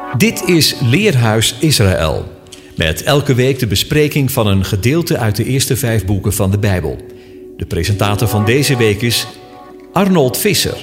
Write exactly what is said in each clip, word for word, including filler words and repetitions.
Dit is Leerhuis Israël, met elke week de bespreking van een gedeelte uit de eerste vijf boeken van de Bijbel. De presentator van deze week is Arnold Visser.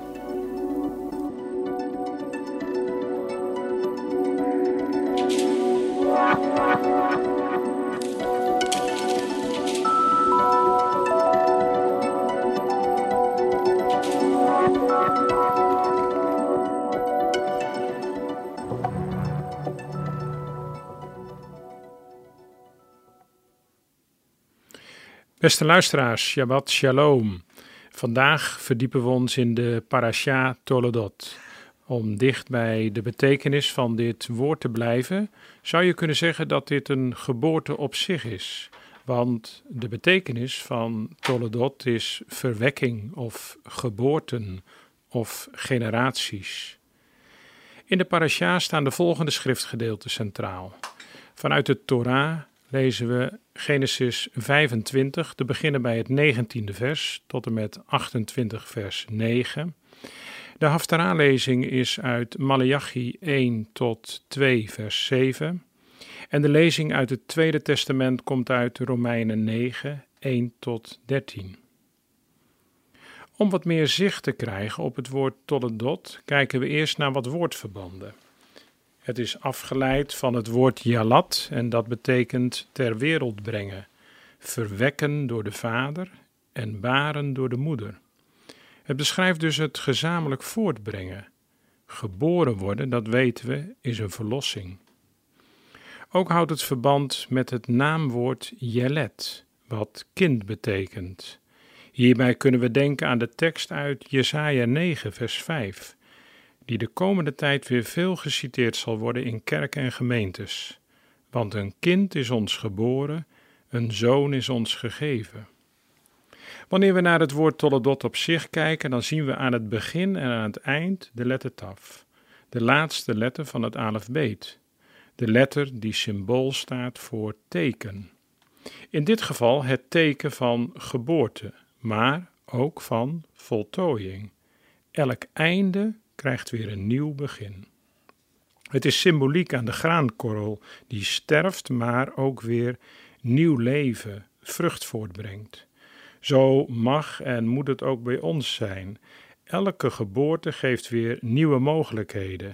Beste luisteraars, Shabbat Shalom. Vandaag verdiepen we ons in de Parasha Toledot. Om dicht bij de betekenis van dit woord te blijven, zou je kunnen zeggen dat dit een geboorte op zich is. Want de betekenis van Toledot is verwekking of geboorten of generaties. In de Parasha staan de volgende schriftgedeelten centraal. Vanuit de Torah lezen we Genesis vijfentwintig, te beginnen bij het negentiende vers tot en met achtentwintig vers negen. De Haftarah-lezing is uit Maleachi één tot twee vers zeven. En de lezing uit het Tweede Testament komt uit Romeinen negen, één tot dertien. Om wat meer zicht te krijgen op het woord Toledot, kijken we eerst naar wat woordverbanden. Het is afgeleid van het woord Yalat en dat betekent ter wereld brengen, verwekken door de vader en baren door de moeder. Het beschrijft dus het gezamenlijk voortbrengen. Geboren worden, dat weten we, is een verlossing. Ook houdt het verband met het naamwoord Jelet, wat kind betekent. Hierbij kunnen we denken aan de tekst uit Jesaja negen vers vijf. Die de komende tijd weer veel geciteerd zal worden in kerken en gemeentes. Want een kind is ons geboren, een zoon is ons gegeven. Wanneer we naar het woord Toledot op zich kijken, dan zien we aan het begin en aan het eind de letter Taf. De laatste letter van het alefbeet. De letter die symbool staat voor teken. In dit geval het teken van geboorte, maar ook van voltooiing. Elk einde krijgt weer een nieuw begin. Het is symboliek aan de graankorrel die sterft, maar ook weer nieuw leven, vrucht voortbrengt. Zo mag en moet het ook bij ons zijn. Elke geboorte geeft weer nieuwe mogelijkheden.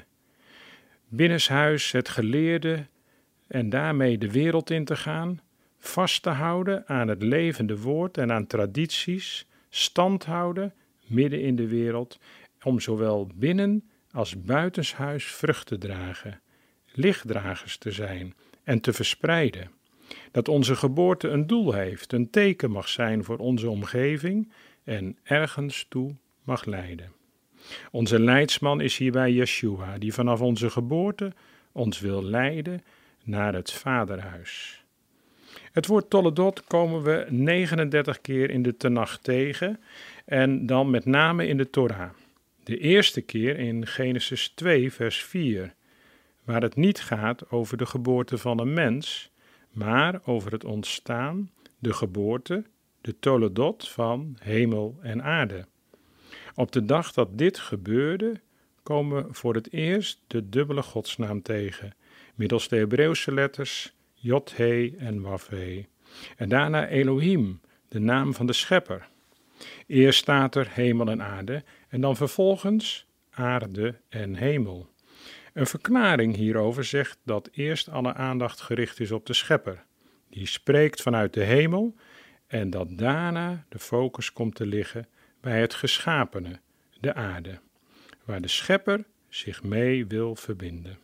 Binnenshuis het geleerde en daarmee de wereld in te gaan, vast te houden aan het levende woord en aan tradities, stand houden midden in de wereld, om zowel binnen als buitenshuis vrucht te dragen, lichtdragers te zijn en te verspreiden. Dat onze geboorte een doel heeft, een teken mag zijn voor onze omgeving en ergens toe mag leiden. Onze leidsman is hierbij Yeshua, die vanaf onze geboorte ons wil leiden naar het Vaderhuis. Het woord Toledot komen we negenendertig keer in de Tenach tegen en dan met name in de Torah. De eerste keer in Genesis twee vers vier, waar het niet gaat over de geboorte van een mens, maar over het ontstaan, de geboorte, de Toledot van hemel en aarde. Op de dag dat dit gebeurde, komen we voor het eerst de dubbele godsnaam tegen, middels de Hebreeuwse letters Jod, He en Waf, He. En daarna Elohim, de naam van de schepper. Eerst staat er hemel en aarde en dan vervolgens aarde en hemel. Een verklaring hierover zegt dat eerst alle aandacht gericht is op de schepper. Die spreekt vanuit de hemel en dat daarna de focus komt te liggen bij het geschapene, de aarde, waar de schepper zich mee wil verbinden.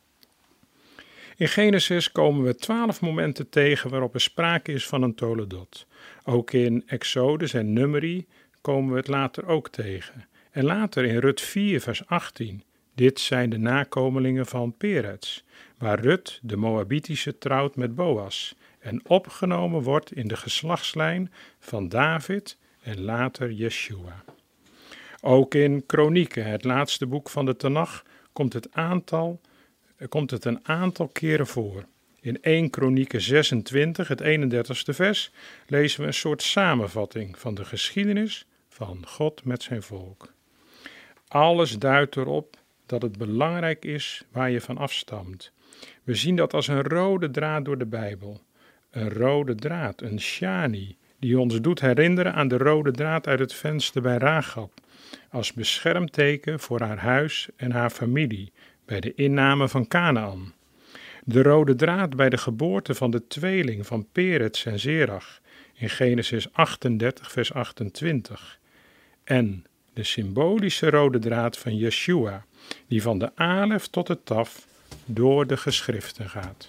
In Genesis komen we twaalf momenten tegen waarop er sprake is van een Toledot. Ook in Exodus en Numeri komen we het later ook tegen. En later in Rut vier vers achttien. Dit zijn de nakomelingen van Perez, waar Rut de Moabitische trouwt met Boas en opgenomen wordt in de geslachtslijn van David en later Yeshua. Ook in Kronieken, het laatste boek van de Tenach, komt het aantal komt het een aantal keren voor. In eerste Kronieken zesentwintig, het eenendertigste vers, lezen we een soort samenvatting van de geschiedenis van God met zijn volk. Alles duidt erop dat het belangrijk is waar je van afstamt. We zien dat als een rode draad door de Bijbel. Een rode draad, een shani, die ons doet herinneren aan de rode draad uit het venster bij Rachab, als beschermteken voor haar huis en haar familie bij de inname van Kanaan. De rode draad bij de geboorte van de tweeling van Peretz en Zerach in Genesis achtendertig vers achtentwintig. En de symbolische rode draad van Yeshua, die van de alef tot de taf door de geschriften gaat.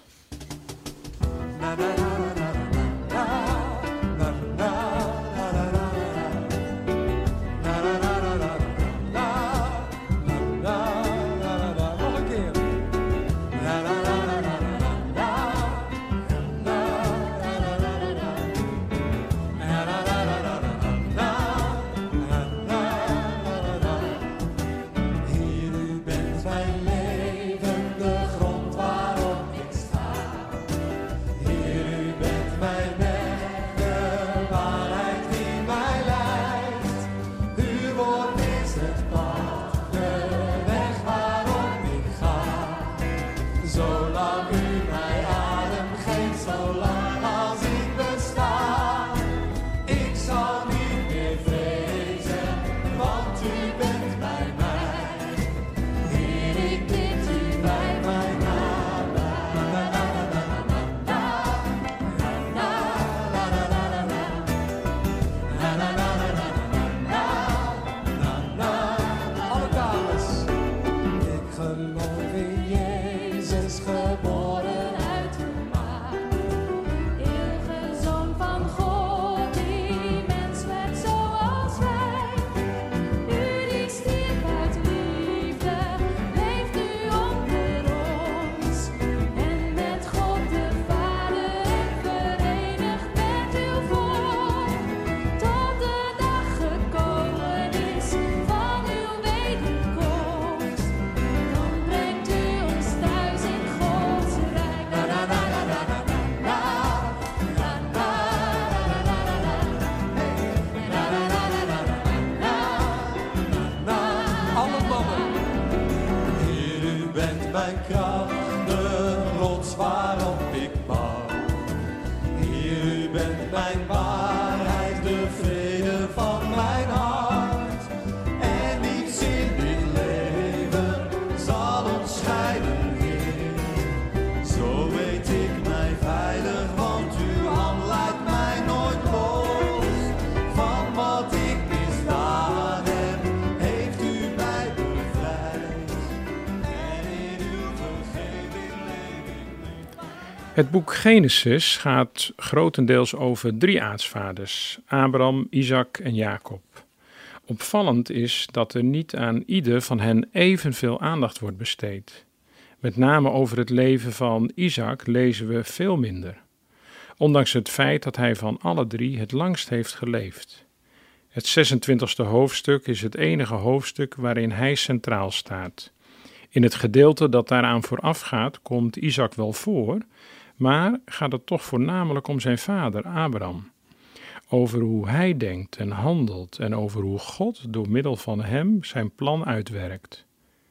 Het boek Genesis gaat grotendeels over drie aartsvaders, Abraham, Isaac en Jacob. Opvallend is dat er niet aan ieder van hen evenveel aandacht wordt besteed. Met name over het leven van Isaac lezen we veel minder, ondanks het feit dat hij van alle drie het langst heeft geleefd. Het zesentwintigste hoofdstuk is het enige hoofdstuk waarin hij centraal staat. In het gedeelte dat daaraan voorafgaat komt Isaac wel voor, maar gaat het toch voornamelijk om zijn vader Abraham. Over hoe hij denkt en handelt en over hoe God door middel van hem zijn plan uitwerkt.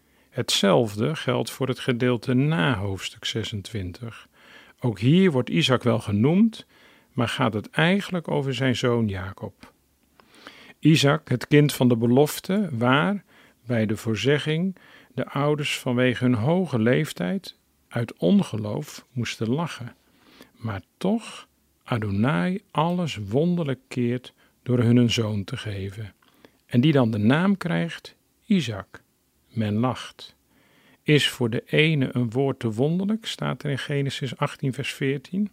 Hetzelfde geldt voor het gedeelte na hoofdstuk zesentwintig. Ook hier wordt Isaac wel genoemd, maar gaat het eigenlijk over zijn zoon Jacob. Isaac, het kind van de belofte, waar, bij de voorzegging, de ouders vanwege hun hoge leeftijd uit ongeloof moesten lachen, maar toch Adonai alles wonderlijk keert door hun een zoon te geven, en die dan de naam krijgt Isaac. Men lacht. Is voor de ene een woord te wonderlijk, staat er in Genesis achttien vers veertien.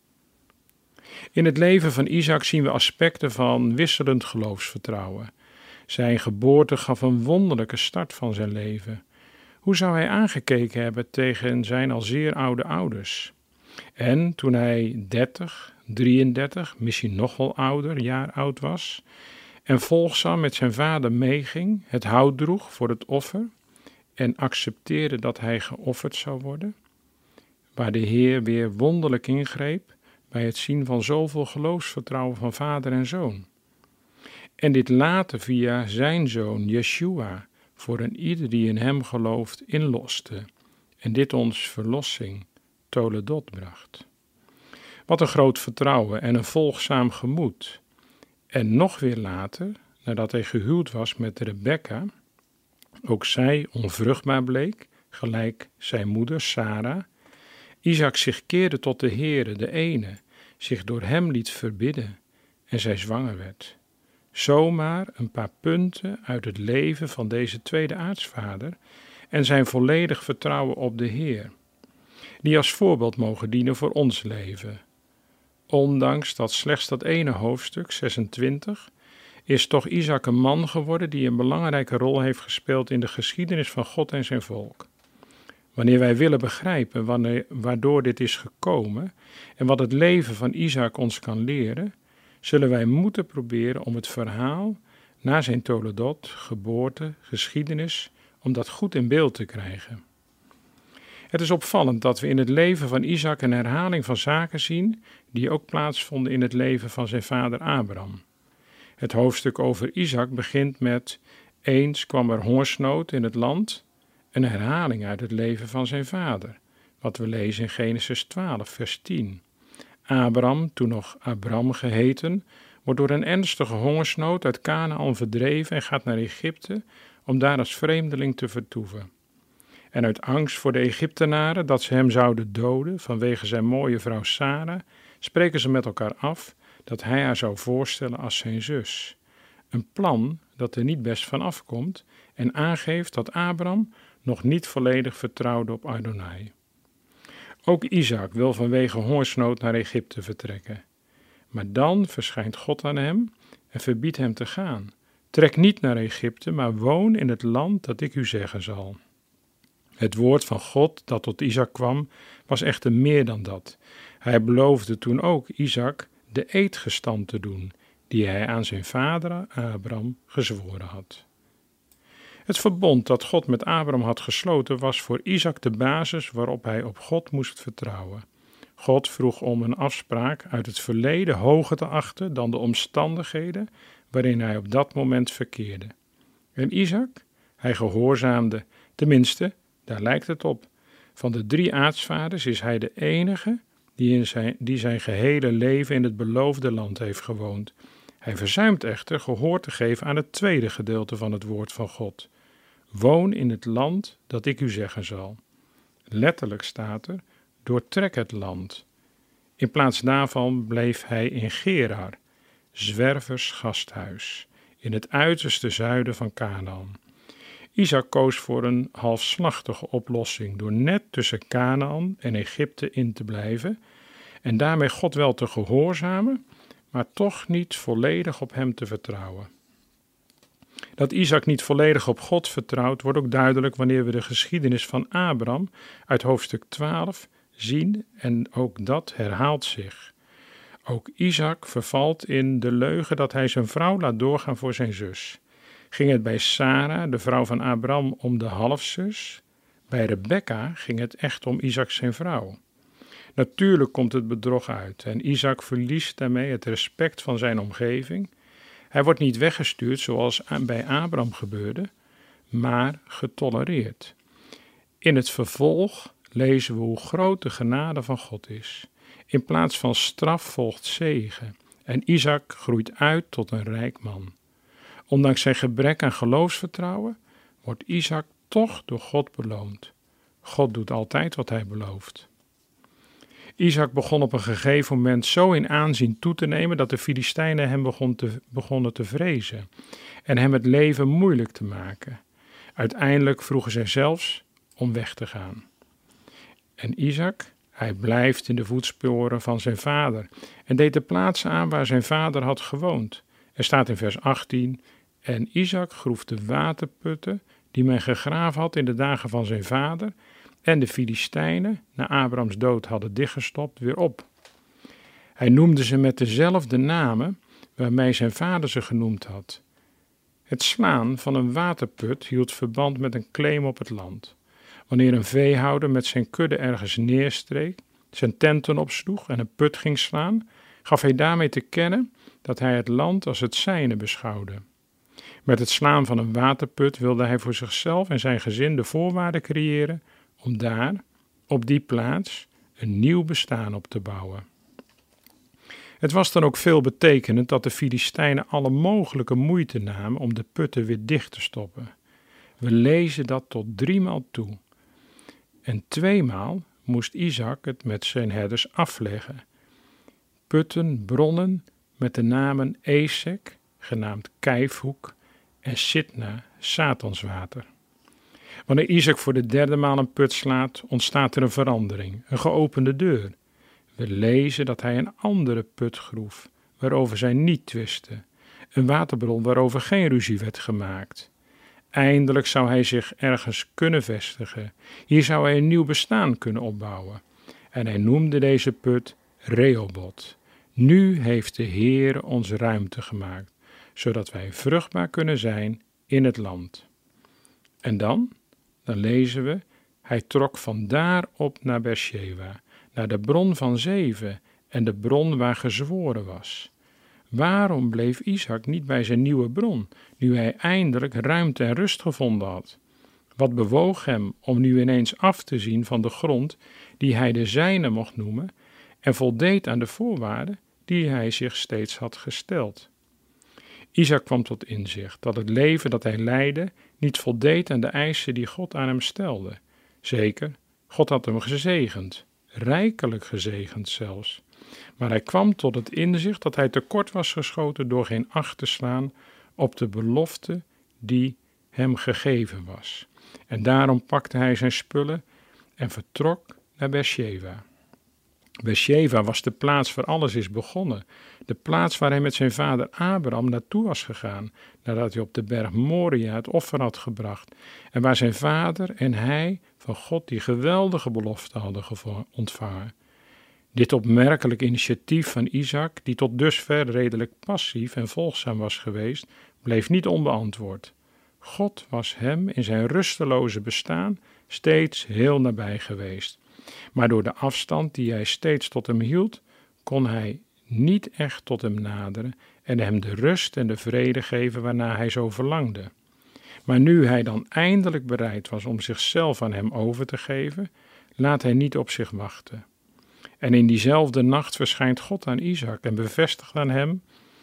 In het leven van Isaac zien we aspecten van wisselend geloofsvertrouwen. Zijn geboorte gaf een wonderlijke start van zijn leven. Hoe zou hij aangekeken hebben tegen zijn al zeer oude ouders? En toen hij dertig, drieëndertig, misschien nog wel ouder, jaar oud was, en volgzaam met zijn vader meeging, het hout droeg voor het offer en accepteerde dat hij geofferd zou worden, waar de Heer weer wonderlijk ingreep bij het zien van zoveel geloofsvertrouwen van vader en zoon. En dit later via zijn zoon Yeshua voor een ieder die in hem gelooft inloste en dit ons verlossing, Toledot, bracht. Wat een groot vertrouwen en een volgzaam gemoed. En nog weer later, nadat hij gehuwd was met Rebekka, ook zij onvruchtbaar bleek, gelijk zijn moeder Sara, Isaac zich keerde tot de Heere, de ene, zich door hem liet verbidden en zij zwanger werd. Zomaar een paar punten uit het leven van deze tweede aartsvader en zijn volledig vertrouwen op de Heer, die als voorbeeld mogen dienen voor ons leven. Ondanks dat slechts dat ene hoofdstuk, zesentwintig, is toch Isaac een man geworden die een belangrijke rol heeft gespeeld in de geschiedenis van God en zijn volk. Wanneer wij willen begrijpen wanneer, waardoor dit is gekomen en wat het leven van Isaac ons kan leren, zullen wij moeten proberen om het verhaal na zijn Toledot, geboorte, geschiedenis, om dat goed in beeld te krijgen. Het is opvallend dat we in het leven van Isaac een herhaling van zaken zien die ook plaatsvonden in het leven van zijn vader Abraham. Het hoofdstuk over Isaac begint met: eens kwam er hongersnood in het land, een herhaling uit het leven van zijn vader, wat we lezen in Genesis twaalf, vers tien. Abraham, toen nog Abram geheten, wordt door een ernstige hongersnood uit Kanaan verdreven en gaat naar Egypte om daar als vreemdeling te vertoeven. En uit angst voor de Egyptenaren dat ze hem zouden doden vanwege zijn mooie vrouw Sara, spreken ze met elkaar af dat hij haar zou voorstellen als zijn zus. Een plan dat er niet best van afkomt en aangeeft dat Abraham nog niet volledig vertrouwde op Adonai. Ook Isaac wil vanwege hongersnood naar Egypte vertrekken. Maar dan verschijnt God aan hem en verbiedt hem te gaan. Trek niet naar Egypte, maar woon in het land dat ik u zeggen zal. Het woord van God dat tot Isaac kwam, was echter meer dan dat. Hij beloofde toen ook Isaac de eedgestand te doen, die hij aan zijn vader Abraham gezworen had. Het verbond dat God met Abraham had gesloten was voor Isaac de basis waarop hij op God moest vertrouwen. God vroeg om een afspraak uit het verleden hoger te achten dan de omstandigheden waarin hij op dat moment verkeerde. En Isaac, hij gehoorzaamde, tenminste, daar lijkt het op. Van de drie aartsvaders is hij de enige die, in zijn, die zijn gehele leven in het beloofde land heeft gewoond. Hij verzuimt echter gehoor te geven aan het tweede gedeelte van het woord van God. Woon in het land dat ik u zeggen zal. Letterlijk staat er, doortrek het land. In plaats daarvan bleef hij in Gerar, zwerversgasthuis, in het uiterste zuiden van Kanaan. Isaac koos voor een halfslachtige oplossing door net tussen Kanaan en Egypte in te blijven en daarmee God wel te gehoorzamen, maar toch niet volledig op hem te vertrouwen. Dat Isaac niet volledig op God vertrouwt, wordt ook duidelijk wanneer we de geschiedenis van Abraham uit hoofdstuk twaalf zien en ook dat herhaalt zich. Ook Isaac vervalt in de leugen dat hij zijn vrouw laat doorgaan voor zijn zus. Ging het bij Sara, de vrouw van Abraham, om de halfzus? Bij Rebekka ging het echt om Isaac zijn vrouw. Natuurlijk komt het bedrog uit en Isaac verliest daarmee het respect van zijn omgeving. Hij wordt niet weggestuurd zoals bij Abraham gebeurde, maar getolereerd. In het vervolg lezen we hoe groot de genade van God is. In plaats van straf volgt zegen en Isaac groeit uit tot een rijk man. Ondanks zijn gebrek aan geloofsvertrouwen wordt Isaac toch door God beloond. God doet altijd wat hij belooft. Isaac begon op een gegeven moment zo in aanzien toe te nemen dat de Filistijnen hem begon te, begonnen te vrezen en hem het leven moeilijk te maken. Uiteindelijk vroegen zij zelfs om weg te gaan. En Isaac, hij blijft in de voetsporen van zijn vader en deed de plaats aan waar zijn vader had gewoond. Er staat in vers achttien, en Isaac groef de waterputten die men gegraven had in de dagen van zijn vader en de Filistijnen, na Abrahams dood hadden dichtgestopt, weer op. Hij noemde ze met dezelfde namen waarmee zijn vader ze genoemd had. Het slaan van een waterput hield verband met een claim op het land. Wanneer een veehouder met zijn kudde ergens neerstreek, zijn tenten opsloeg en een put ging slaan, gaf hij daarmee te kennen dat hij het land als het zijne beschouwde. Met het slaan van een waterput wilde hij voor zichzelf en zijn gezin de voorwaarden creëren om daar, op die plaats, een nieuw bestaan op te bouwen. Het was dan ook veelbetekenend dat de Filistijnen alle mogelijke moeite namen om de putten weer dicht te stoppen. We lezen dat tot driemaal toe. En tweemaal moest Isaac het met zijn herders afleggen. Putten, bronnen met de namen Esek, genaamd Kijfhoek, en Sitna, Satanswater. Wanneer Isaac voor de derde maal een put slaat, ontstaat er een verandering, een geopende deur. We lezen dat hij een andere put groef, waarover zij niet twisten, een waterbron waarover geen ruzie werd gemaakt. Eindelijk zou hij zich ergens kunnen vestigen. Hier zou hij een nieuw bestaan kunnen opbouwen. En hij noemde deze put Rehoboth. Nu heeft de Heere ons ruimte gemaakt, zodat wij vruchtbaar kunnen zijn in het land. En dan, dan lezen we, hij trok vandaar op naar Beersheba, naar de bron van Zeven en de bron waar gezworen was. Waarom bleef Isaac niet bij zijn nieuwe bron, nu hij eindelijk ruimte en rust gevonden had? Wat bewoog hem om nu ineens af te zien van de grond die hij de zijne mocht noemen en voldeed aan de voorwaarden die hij zich steeds had gesteld? Isaac kwam tot inzicht dat het leven dat hij leidde niet voldeed aan de eisen die God aan hem stelde. Zeker, God had hem gezegend, rijkelijk gezegend zelfs. Maar hij kwam tot het inzicht dat hij tekort was geschoten door geen acht te slaan op de belofte die hem gegeven was. En daarom pakte hij zijn spullen en vertrok naar Beersheba. Beersheba was de plaats waar alles is begonnen, de plaats waar hij met zijn vader Abraham naartoe was gegaan, nadat hij op de berg Moria het offer had gebracht, en waar zijn vader en hij van God die geweldige belofte hadden ontvangen. Dit opmerkelijk initiatief van Isaac, die tot dusver redelijk passief en volgzaam was geweest, bleef niet onbeantwoord. God was hem in zijn rusteloze bestaan steeds heel nabij geweest. Maar door de afstand die hij steeds tot hem hield, kon hij niet echt tot hem naderen en hem de rust en de vrede geven waarna hij zo verlangde. Maar nu hij dan eindelijk bereid was om zichzelf aan hem over te geven, laat hij niet op zich wachten. En in diezelfde nacht verschijnt God aan Isaac en bevestigt aan hem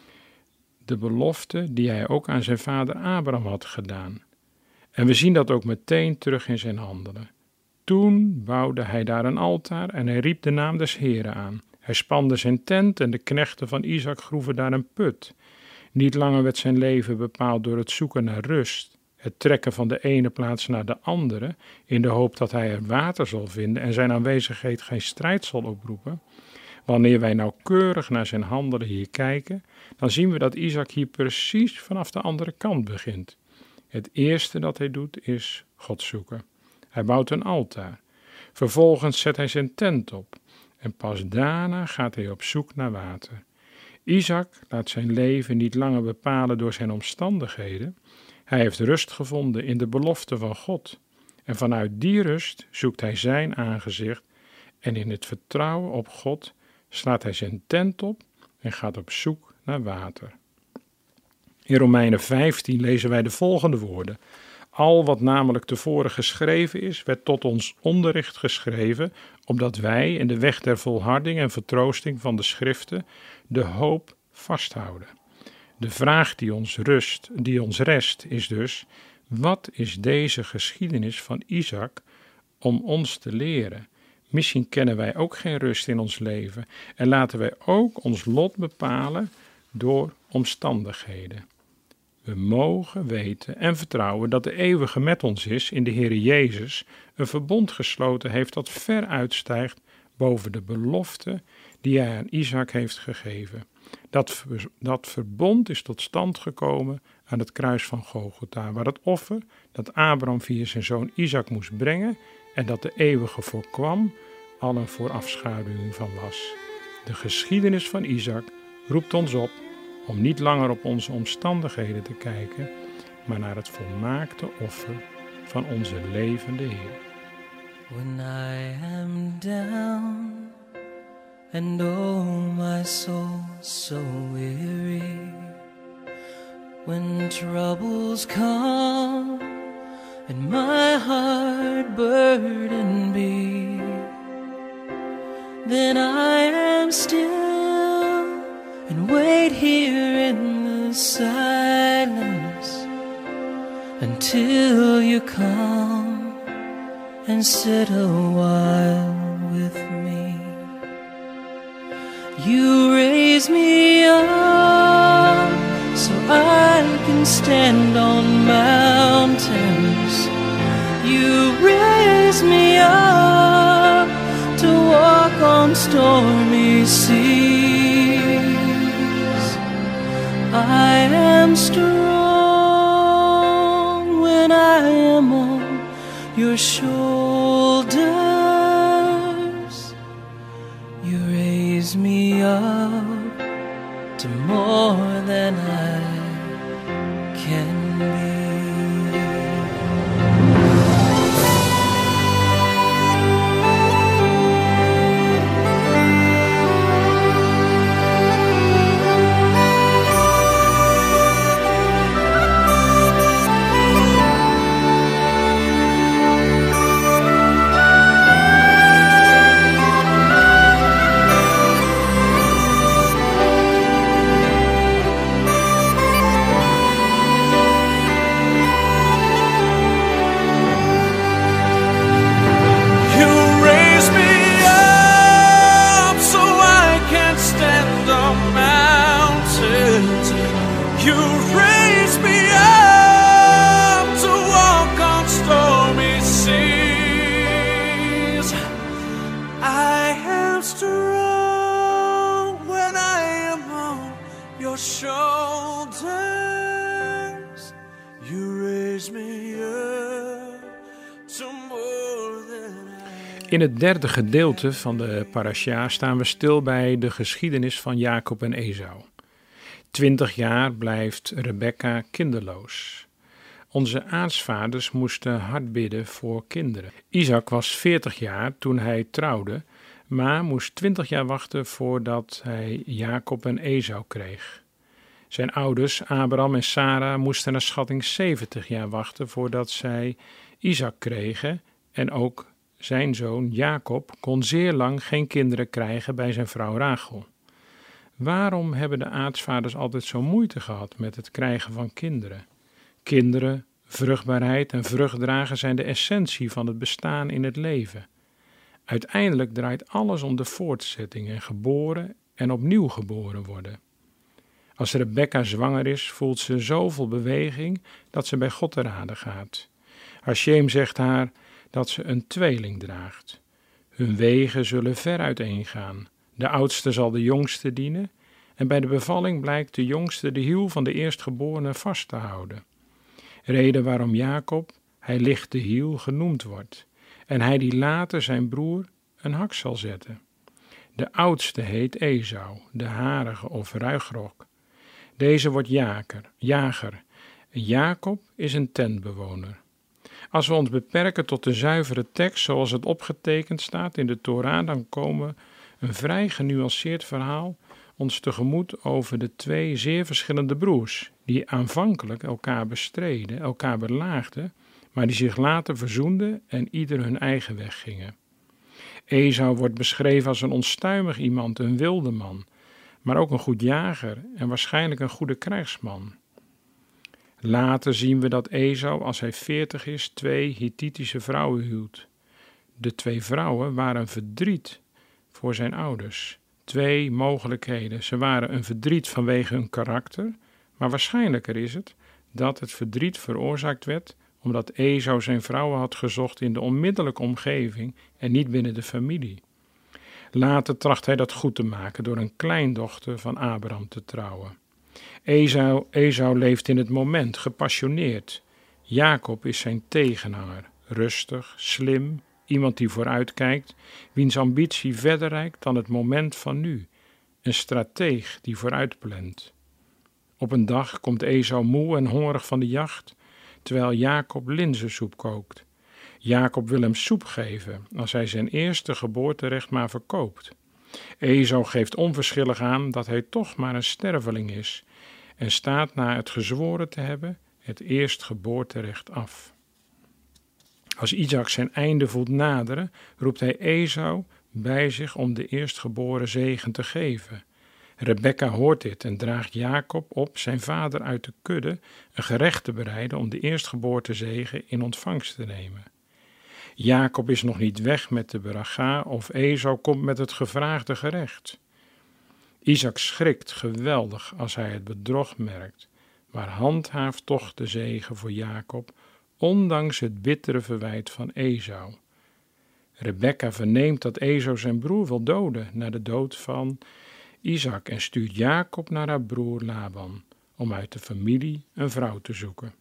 de belofte die hij ook aan zijn vader Abraham had gedaan. En we zien dat ook meteen terug in zijn handelen. Toen bouwde hij daar een altaar en hij riep de naam des Heeren aan. Hij spande zijn tent en de knechten van Isaac groeven daar een put. Niet langer werd zijn leven bepaald door het zoeken naar rust, het trekken van de ene plaats naar de andere, in de hoop dat hij er water zal vinden en zijn aanwezigheid geen strijd zal oproepen. Wanneer wij nauwkeurig naar zijn handelen hier kijken, dan zien we dat Isaac hier precies vanaf de andere kant begint. Het eerste dat hij doet is God zoeken. Hij bouwt een altaar. Vervolgens zet hij zijn tent op. En pas daarna gaat hij op zoek naar water. Isaac laat zijn leven niet langer bepalen door zijn omstandigheden. Hij heeft rust gevonden in de belofte van God. En vanuit die rust zoekt hij zijn aangezicht. En in het vertrouwen op God slaat hij zijn tent op en gaat op zoek naar water. In Romeinen vijftien lezen wij de volgende woorden. Al wat namelijk tevoren geschreven is, werd tot ons onderricht geschreven, opdat wij in de weg der volharding en vertroosting van de schriften de hoop vasthouden. De vraag die ons, rust, die ons rest is dus, wat is deze geschiedenis van Isaac om ons te leren? Misschien kennen wij ook geen rust in ons leven en laten wij ook ons lot bepalen door omstandigheden. We mogen weten en vertrouwen dat de eeuwige met ons is in de Heere Jezus, een verbond gesloten heeft dat ver uitstijgt boven de belofte die hij aan Isaac heeft gegeven. Dat, dat verbond is tot stand gekomen aan het kruis van Golgotha, waar het offer dat Abraham via zijn zoon Isaac moest brengen en dat de eeuwige voorkwam, al een voorafschaduwing van was. De geschiedenis van Isaac roept ons op om niet langer op onze omstandigheden te kijken, maar naar het volmaakte offer van onze levende Heer. When I am down and oh my soul so weary, when troubles come and my heart burden be, then I am still and wait here in the silence until you come and sit a while with me. You raise me up so I can stand on mountains. You raise me up to walk on stormy seas. I am strong when I am on your shoulders. You raise me up to more than I can be. In het derde gedeelte van de parasha staan we stil bij de geschiedenis van Jacob en Esau. Twintig jaar blijft Rebekka kinderloos. Onze aartsvaders moesten hard bidden voor kinderen. Isaac was veertig jaar toen hij trouwde, maar moest twintig jaar wachten voordat hij Jacob en Esau kreeg. Zijn ouders, Abraham en Sara, moesten naar schatting zeventig jaar wachten voordat zij Isaac kregen en ook zijn zoon Jacob kon zeer lang geen kinderen krijgen bij zijn vrouw Rachel. Waarom hebben de aartsvaders altijd zo moeite gehad met het krijgen van kinderen? Kinderen, vruchtbaarheid en vruchtdragen zijn de essentie van het bestaan in het leven. Uiteindelijk draait alles om de voortzetting en geboren en opnieuw geboren worden. Als Rebekka zwanger is, voelt ze zoveel beweging dat ze bij God te raden gaat. Hashem zegt haar dat ze een tweeling draagt. Hun wegen zullen ver uiteengaan. De oudste zal de jongste dienen en bij de bevalling blijkt de jongste de hiel van de eerstgeborene vast te houden. Reden waarom Jacob, hij lichte hiel, genoemd wordt en hij die later zijn broer een hak zal zetten. De oudste heet Esau, de harige of ruigrok. Deze wordt jager, jager. Jacob is een tentbewoner. Als we ons beperken tot de zuivere tekst zoals het opgetekend staat in de Torah, dan komen een vrij genuanceerd verhaal ons tegemoet over de twee zeer verschillende broers, die aanvankelijk elkaar bestreden, elkaar belaagden, maar die zich later verzoenden en ieder hun eigen weg gingen. Esau wordt beschreven als een onstuimig iemand, een wilde man, maar ook een goed jager en waarschijnlijk een goede krijgsman. Later zien we dat Esau, als hij veertig is, twee Hittitische vrouwen huwt. De twee vrouwen waren een verdriet voor zijn ouders. Twee mogelijkheden. Ze waren een verdriet vanwege hun karakter, maar waarschijnlijker is het dat het verdriet veroorzaakt werd omdat Esau zijn vrouwen had gezocht in de onmiddellijke omgeving en niet binnen de familie. Later tracht hij dat goed te maken door een kleindochter van Abraham te trouwen. Esau, Esau leeft in het moment, gepassioneerd. Jacob is zijn tegenhanger, rustig, slim, iemand die vooruitkijkt, wiens ambitie verder reikt dan het moment van nu, een strateeg die vooruitplant. Op een dag komt Esau moe en hongerig van de jacht, terwijl Jacob linzensoep kookt. Jacob wil hem soep geven als hij zijn eerste geboorterecht maar verkoopt. Esau geeft onverschillig aan dat hij toch maar een sterveling is en staat na het gezworen te hebben het eerstgeboorterecht af. Als Isaac zijn einde voelt naderen, roept hij Esau bij zich om de eerstgeboren zegen te geven. Rebekka hoort dit en draagt Jacob op zijn vader uit de kudde een gerecht te bereiden om de eerstgeboorte zegen in ontvangst te nemen. Jacob is nog niet weg met de beraga of Esau komt met het gevraagde gerecht. Isaac schrikt geweldig als hij het bedrog merkt, maar handhaaft toch de zegen voor Jacob, ondanks het bittere verwijt van Esau. Rebekka verneemt dat Esau zijn broer wil doden na de dood van Isaac en stuurt Jacob naar haar broer Laban om uit de familie een vrouw te zoeken.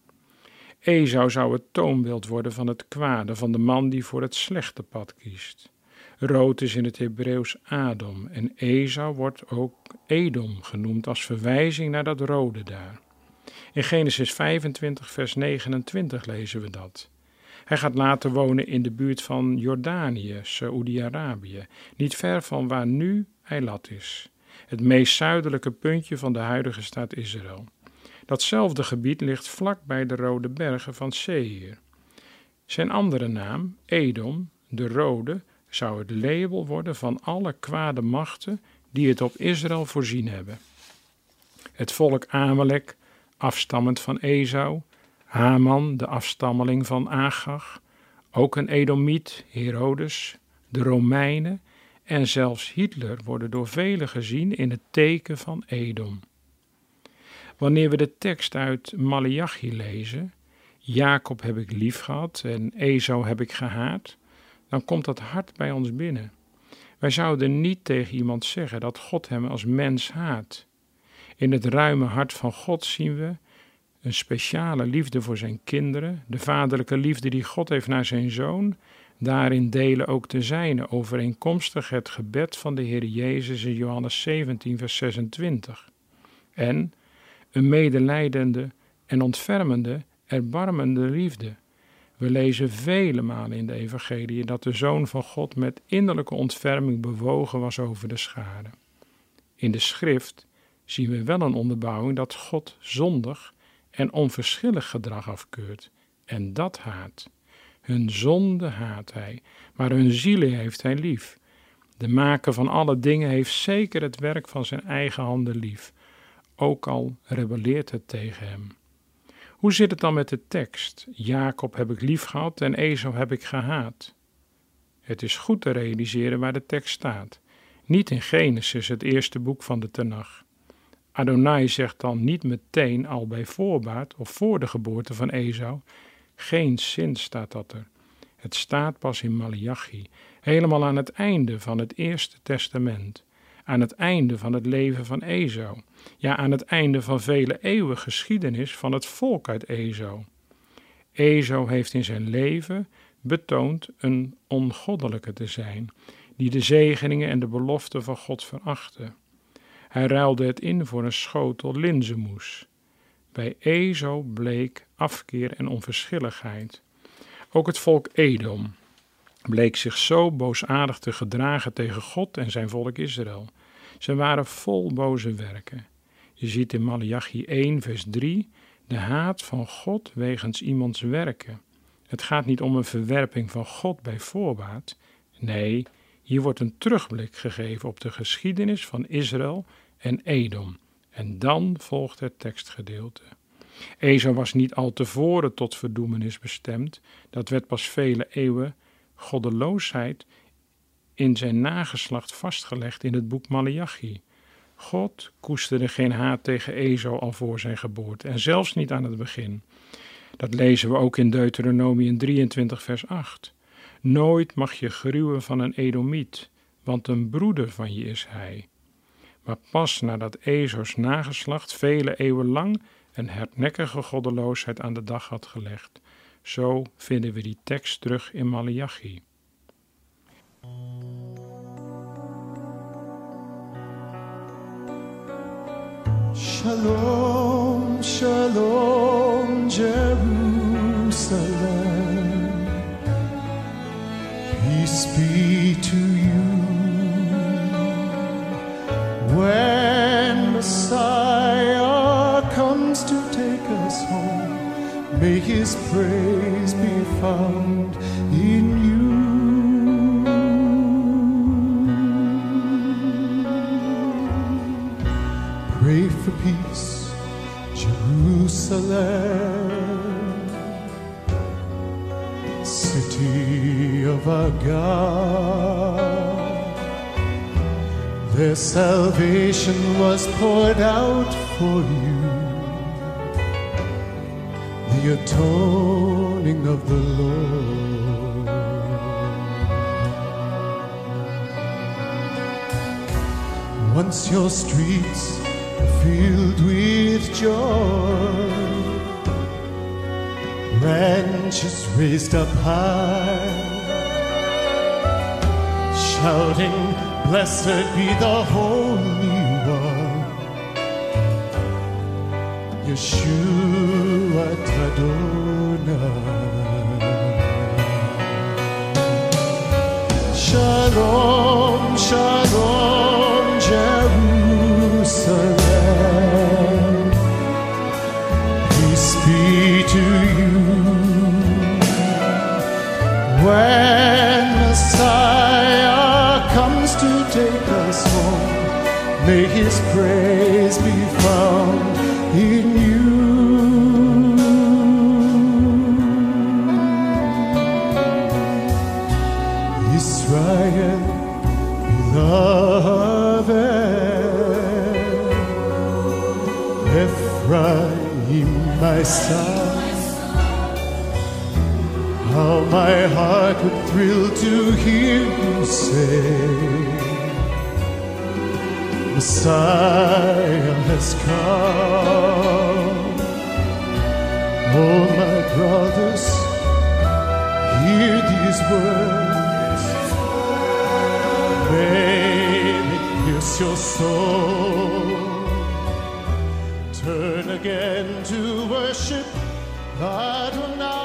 Esau zou het toonbeeld worden van het kwade, van de man die voor het slechte pad kiest. Rood is in het Hebreeuws Adom en Esau wordt ook Edom genoemd als verwijzing naar dat rode daar. In Genesis vijfentwintig vers negenentwintig lezen we dat. Hij gaat later wonen in de buurt van Jordanië, Saoedi-Arabië, niet ver van waar nu Eilat is, het meest zuidelijke puntje van de huidige staat Israël. Datzelfde gebied ligt vlak bij de Rode Bergen van Seir. Zijn andere naam, Edom, de Rode, zou het label worden van alle kwade machten die het op Israël voorzien hebben. Het volk Amalek, afstammend van Esau, Haman, de afstammeling van Agag, ook een Edomiet, Herodes, de Romeinen en zelfs Hitler worden door velen gezien in het teken van Edom. Wanneer we de tekst uit Maleachi lezen, Jacob heb ik lief gehad en Esau heb ik gehaat, dan komt dat hard bij ons binnen. Wij zouden niet tegen iemand zeggen dat God hem als mens haat. In het ruime hart van God zien we een speciale liefde voor zijn kinderen, de vaderlijke liefde die God heeft naar zijn zoon. Daarin delen ook de zijne overeenkomstig het gebed van de Heer Jezus in Johannes zeventien vers zesentwintig. En een medelijdende en ontfermende, erbarmende liefde. We lezen vele malen in de evangelie dat de Zoon van God met innerlijke ontferming bewogen was over de schade. In de schrift zien we wel een onderbouwing dat God zondig en onverschillig gedrag afkeurt, en dat haat. Hun zonde haat hij, maar hun zielen heeft hij lief. De maker van alle dingen heeft zeker het werk van zijn eigen handen lief, ook al rebelleert het tegen hem. Hoe zit het dan met de tekst? Jacob heb ik lief gehad en Esau heb ik gehaat. Het is goed te realiseren waar de tekst staat. Niet in Genesis, het eerste boek van de Tenach. Adonai zegt dan niet meteen al bij voorbaat of voor de geboorte van Esau. Geen zin staat dat er. Het staat pas in Maleachi, helemaal aan het einde van het Eerste Testament. Aan het einde van het leven van Esau. Ja, aan het einde van vele eeuwen geschiedenis van het volk uit Esau. Esau heeft in zijn leven betoond een ongoddelijke te zijn, die de zegeningen en de beloften van God verachtte. Hij ruilde het in voor een schotel linzenmoes. Bij Esau bleek afkeer en onverschilligheid. Ook het volk Edom bleek zich zo boosaardig te gedragen tegen God en zijn volk Israël. Ze waren vol boze werken. Je ziet in Maleachi één vers drie de haat van God wegens iemands werken. Het gaat niet om een verwerping van God bij voorbaat. Nee, hier wordt een terugblik gegeven op de geschiedenis van Israël en Edom. En dan volgt het tekstgedeelte. Esau was niet al tevoren tot verdoemenis bestemd. Dat werd pas vele eeuwen goddeloosheid in zijn nageslacht vastgelegd in het boek Maleachi. God koesterde geen haat tegen Esau al voor zijn geboorte en zelfs niet aan het begin. Dat lezen we ook in Deuteronomium drieëntwintig vers acht. Nooit mag je gruwen van een Edomiet, want een broeder van je is hij. Maar pas nadat Esau's nageslacht vele eeuwen lang een hardnekkige goddeloosheid aan de dag had gelegd. Zo vinden we die tekst terug in Maleachi. Shalom, shalom, Jerusalem. Peace be to you. When Messiah may his praise be found in you. Pray for peace, Jerusalem, city of our God. Their salvation was poured out for you, the atoning of the Lord. Once your streets are filled with joy, branches raised up high, shouting, blessed be the Holy One, Yeshua Tadonai. Shalom, shalom, Jerusalem, peace be to you. When Messiah comes to take us home, may his praise be found in you. Israel, beloved, Ephraim, my son, how my heart would thrill to hear you say, Messiah has come. Oh, my brothers, hear these words. May they pierce your soul. Turn again to worship Adonai.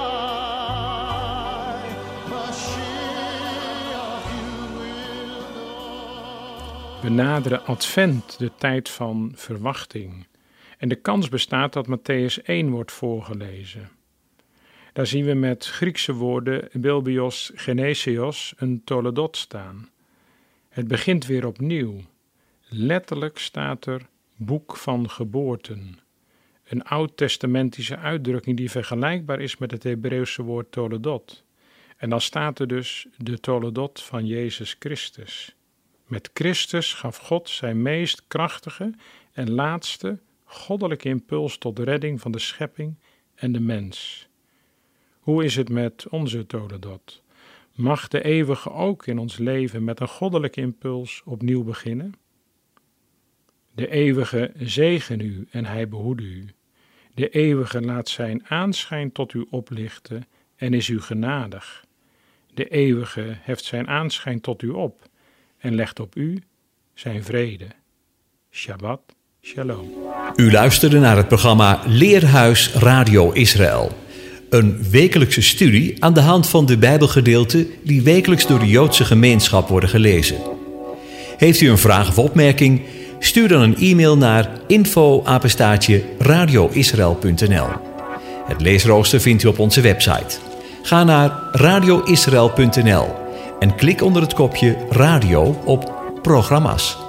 We naderen Advent, de tijd van verwachting. En de kans bestaat dat Mattheüs één wordt voorgelezen. Daar zien we met Griekse woorden Bilbios Genesios een toledot staan. Het begint weer opnieuw. Letterlijk staat er boek van geboorten. Een oud-testamentische uitdrukking die vergelijkbaar is met het Hebreeuwse woord toledot. En dan staat er dus de toledot van Jezus Christus. Met Christus gaf God zijn meest krachtige en laatste goddelijke impuls tot redding van de schepping en de mens. Hoe is het met onze toledot? Mag de eeuwige ook in ons leven met een goddelijke impuls opnieuw beginnen? De eeuwige zegen u en hij behoede u. De eeuwige laat zijn aanschijn tot u oplichten en is u genadig. De eeuwige heft zijn aanschijn tot u op en legt op u zijn vrede. Shabbat Shalom. U luisterde naar het programma Leerhuis Radio Israël. Een wekelijkse studie aan de hand van de Bijbelgedeelten die wekelijks door de Joodse gemeenschap worden gelezen. Heeft u een vraag of opmerking? Stuur dan een e-mail naar info apenstaartje radioisrael punt n l. Het leesrooster vindt u op onze website. Ga naar radioisrael punt n l en klik onder het kopje radio op programma's.